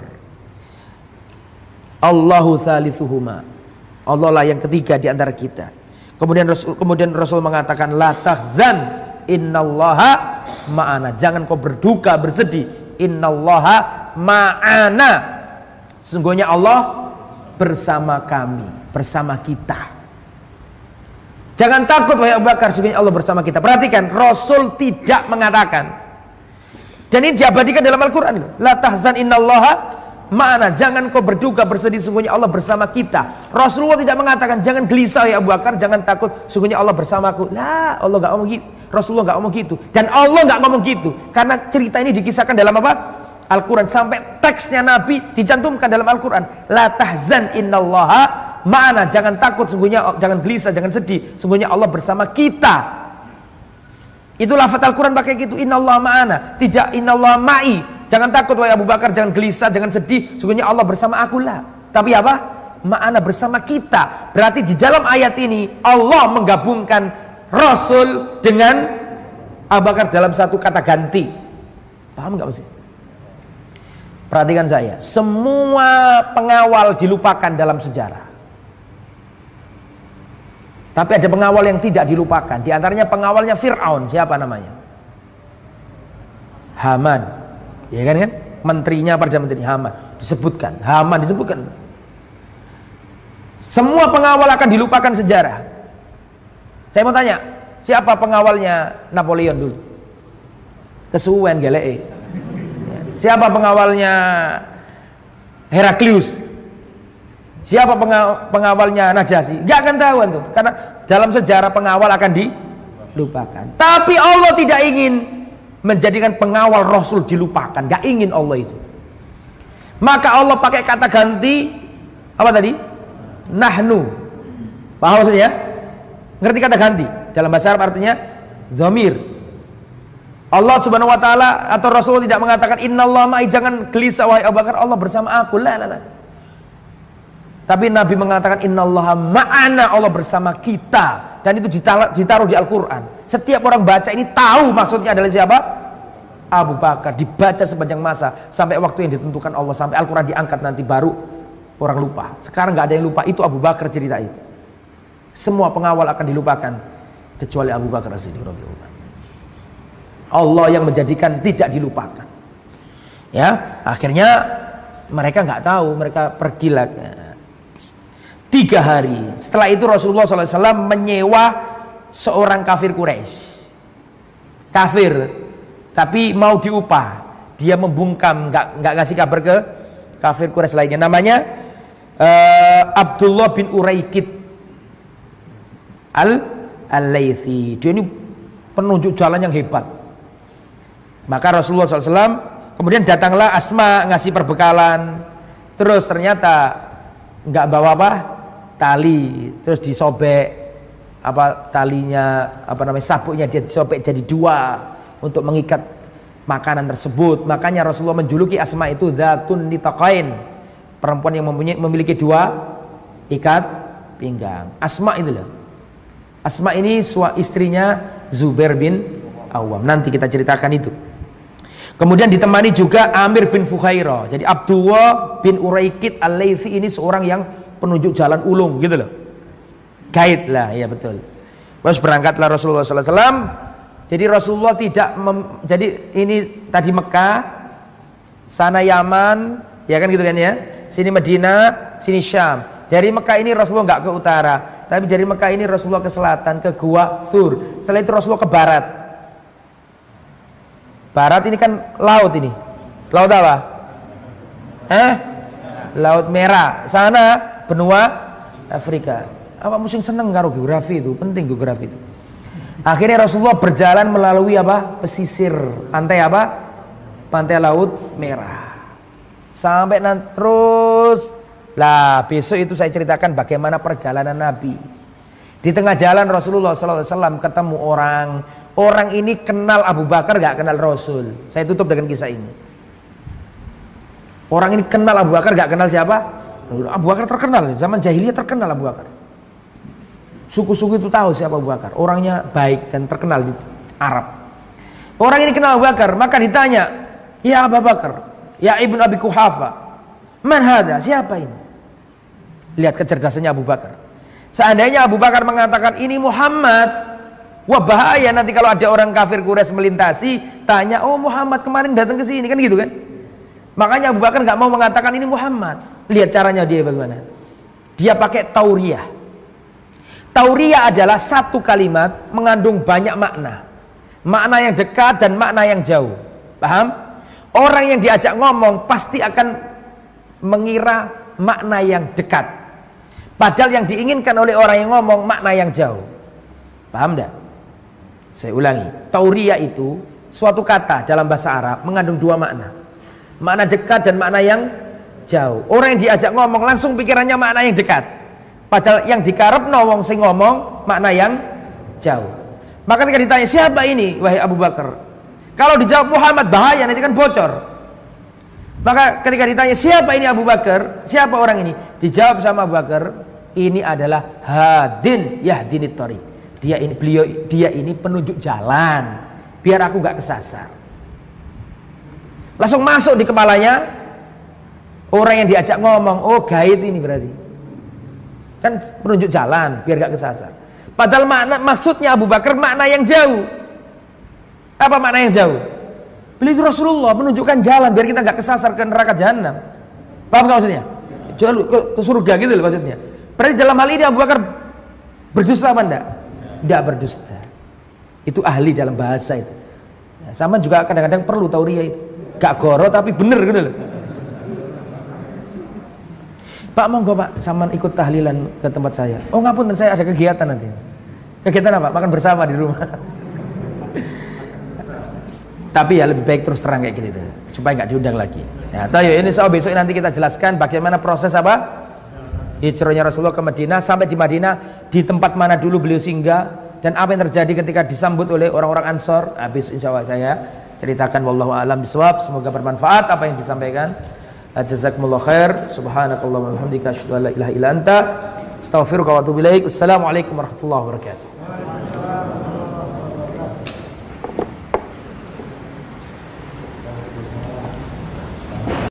Allahu thalithuhuma, Allah lah yang ketiga di antara kita. Kemudian Rasul mengatakan, la tahzan, innallaha ma'ana. Jangan kau berduka, bersedih. Innallaha ma'ana. Sesungguhnya Allah bersama kami, bersama kita. Jangan takut wahai Abu Bakar, sesungguhnya Allah bersama kita. Perhatikan, Rasul tidak mengatakan. Dan ini diabadikan dalam Al-Quran. La tahzan innallaha ma'ana. Jangan kau berduka, bersedih, sesungguhnya Allah bersama kita. Rasulullah tidak mengatakan jangan gelisah ya Abu Bakar, jangan takut, sesungguhnya Allah bersamaku. Lah, Allah nggak ngomong gitu. Rasulullah nggak ngomong gitu. Dan Allah nggak ngomong gitu. Karena cerita ini dikisahkan dalam apa? Al-Quran. Sampai teksnya Nabi dicantumkan dalam Al-Quran. La tahzan innallaha ma'ana. Jangan takut, sungguhnya jangan gelisah, jangan sedih, sungguhnya Allah bersama kita. Itu lafaz Al-Quran pakai gitu, innallaha ma'ana, tidak innallaha ma'i. Jangan takut wahai Abu Bakar, jangan gelisah, jangan sedih, sungguhnya Allah bersama aku lah. Tapi apa? Ma'ana, bersama kita. Berarti di dalam ayat ini Allah menggabungkan Rasul dengan Abu Bakar dalam satu kata ganti. Paham nggak maksudnya? Perhatikan saya, semua pengawal dilupakan dalam sejarah. Tapi ada pengawal yang tidak dilupakan. Di antaranya pengawalnya Fir'aun. Siapa namanya? Haman. Ya kan? Menterinya, Perdana Menteri Haman. Disebutkan. Haman disebutkan. Semua pengawal akan dilupakan sejarah. Saya mau tanya, siapa pengawalnya Napoleon dulu? Kesuwen geleke. Siapa pengawalnya Heraklius? Siapa pengawalnya Najasyi? Gak akan tahu tuh, karena dalam sejarah pengawal akan dilupakan. Tapi Allah tidak ingin menjadikan pengawal Rasul dilupakan. Gak ingin Allah itu. Maka Allah pakai kata ganti apa tadi? Nahnu. Paham maksudnya? Ngerti kata ganti? Dalam bahasa Arab artinya dhamir. Allah subhanahu wa ta'ala atau Rasul tidak mengatakan innallaha ma'i, jangan gelisah wahai Abu Bakar, Allah bersama aku. La. Tapi Nabi mengatakan innallaha ma'ana, Allah bersama kita. Dan itu ditaruh di Al-Quran. Setiap orang baca ini tahu maksudnya adalah siapa? Abu Bakar. Dibaca sepanjang masa sampai waktu yang ditentukan Allah, sampai Al-Quran diangkat nanti baru orang lupa. Sekarang nggak ada yang lupa, itu Abu Bakar cerita itu. Semua pengawal akan dilupakan kecuali Abu Bakar As-Siddiq radhiyallahu anhu. Allah yang menjadikan tidak dilupakan. Ya, akhirnya Mereka nggak tahu, mereka pergi lagi. 3 hari. Setelah itu Rasulullah SAW menyewa seorang kafir Quraisy. Kafir, tapi mau diupah. Dia membungkam, nggak ngasih kabar ke kafir Quraisy lainnya. Namanya Abdullah bin Uraikid Al-Laythi. Dia ini penunjuk jalan yang hebat. Maka Rasulullah SAW kemudian datanglah Asma ngasih perbekalan. Terus ternyata nggak bawa apa? Tali. Terus disobek talinya, sabuknya dia disobek jadi 2 untuk mengikat makanan tersebut. Makanya Rasulullah menjuluki Asma itu Dzatun Nitaqain, perempuan yang memiliki 2 ikat pinggang. Asma itu loh. Asma ini istrinya Zubair bin Awam. Nanti kita ceritakan itu. Kemudian ditemani juga Amir bin Fuhairah. Jadi Abdullah bin Uraikid Al-Laythi ini seorang yang penunjuk jalan ulung gitu loh. Guide lah, ya betul. Terus berangkatlah Rasulullah SAW. Jadi Rasulullah tidak jadi ini tadi Mekah, sana Yaman, ya kan gitu kan ya. Sini Madinah, sini Syam. Dari Mekah ini Rasulullah nggak ke utara, tapi dari Mekah ini Rasulullah ke selatan, ke Gua Thur. Setelah itu Rasulullah ke barat. Barat ini kan laut ini. Laut apa? Laut Merah. Sana benua Afrika. Apa musim seneng karo geografi itu? Penting geografi itu. Akhirnya Rasulullah berjalan melalui pesisir pantai pantai Laut Merah sampai terus lah. Besok itu saya ceritakan bagaimana perjalanan Nabi. Di tengah jalan Rasulullah SAW ketemu orang ini kenal Abu Bakar, gak kenal Rasul. Saya tutup dengan kisah ini. Orang ini kenal Abu Bakar, gak kenal siapa? Abu Bakar terkenal, zaman jahiliyah terkenal Abu Bakar. Suku-suku itu tahu siapa Abu Bakar. Orangnya baik dan terkenal di Arab. Orang ini kenal Abu Bakar, maka ditanya, ya Abu Bakar, ya Ibnu Abi Quhafa, man hadha? Siapa ini? Lihat kecerdasannya Abu Bakar. Seandainya Abu Bakar mengatakan ini Muhammad, wah bahaya nanti kalau ada orang kafir Quraisy melintasi, tanya, oh Muhammad kemarin datang ke sini, kan gitu kan? Makanya Abu Bakar nggak mau mengatakan ini Muhammad. Lihat caranya dia bagaimana? Dia pakai tauriyah. Tauriyah adalah satu kalimat mengandung banyak makna. Makna yang dekat dan makna yang jauh. Paham? Orang yang diajak ngomong pasti akan mengira makna yang dekat. Padahal yang diinginkan oleh orang yang ngomong makna yang jauh. Paham enggak? Saya ulangi. Tauriyah itu suatu kata dalam bahasa Arab mengandung 2 makna. Makna dekat dan makna yang jauh. Orang yang diajak ngomong langsung pikirannya makna yang dekat. Padahal yang dikarepno wong sing ngomong makna yang jauh. Maka ketika ditanya siapa ini wahai Abu Bakar, kalau dijawab Muhammad bahaya, nanti kan bocor. Maka ketika ditanya siapa ini Abu Bakar, siapa orang ini, dijawab sama Abu Bakar, ini adalah hadin yahdinit thariq. Dia ini penunjuk jalan biar aku gak kesasar. Langsung masuk di kepalanya orang yang diajak ngomong, oh gaib ini berarti. Kan penunjuk jalan biar gak kesasar. Padahal maksudnya Abu Bakar makna yang jauh. Apa makna yang jauh? Beliau itu Rasulullah menunjukkan jalan biar kita gak kesasar ke neraka jahanam. Paham gak maksudnya? Jalur ke surga gitu loh maksudnya. Berarti dalam hal ini Abu Bakar berdusta apa enggak? Enggak berdusta. Itu ahli dalam bahasa itu. Ya, sama juga kadang-kadang perlu tauriyah itu. Gak goro tapi bener gitu loh. Pak monggo Pak, saman ikut tahlilan ke tempat saya. Oh ngapun, saya ada kegiatan nanti. Kegiatan apa? Makan bersama di rumah. Tapi ya lebih baik terus terang kayak gitu supaya nggak diundang lagi. Ya, tahu ini besok nanti kita jelaskan bagaimana proses hijrahnya Rasulullah ke Madinah. Sampai di Madinah di tempat mana dulu beliau singgah dan apa yang terjadi ketika disambut oleh orang-orang Ansor. Habis insya Allah saya ceritakan. Wallahu a'lam bishawab. Semoga bermanfaat apa yang disampaikan. Jazakumullah khair. Subhanakallahumma wa bihamdika asyhadu an la ilaha illa anta astaghfiruka wa atubu ilaik. Wassalamualaikum warahmatullahi wabarakatuh.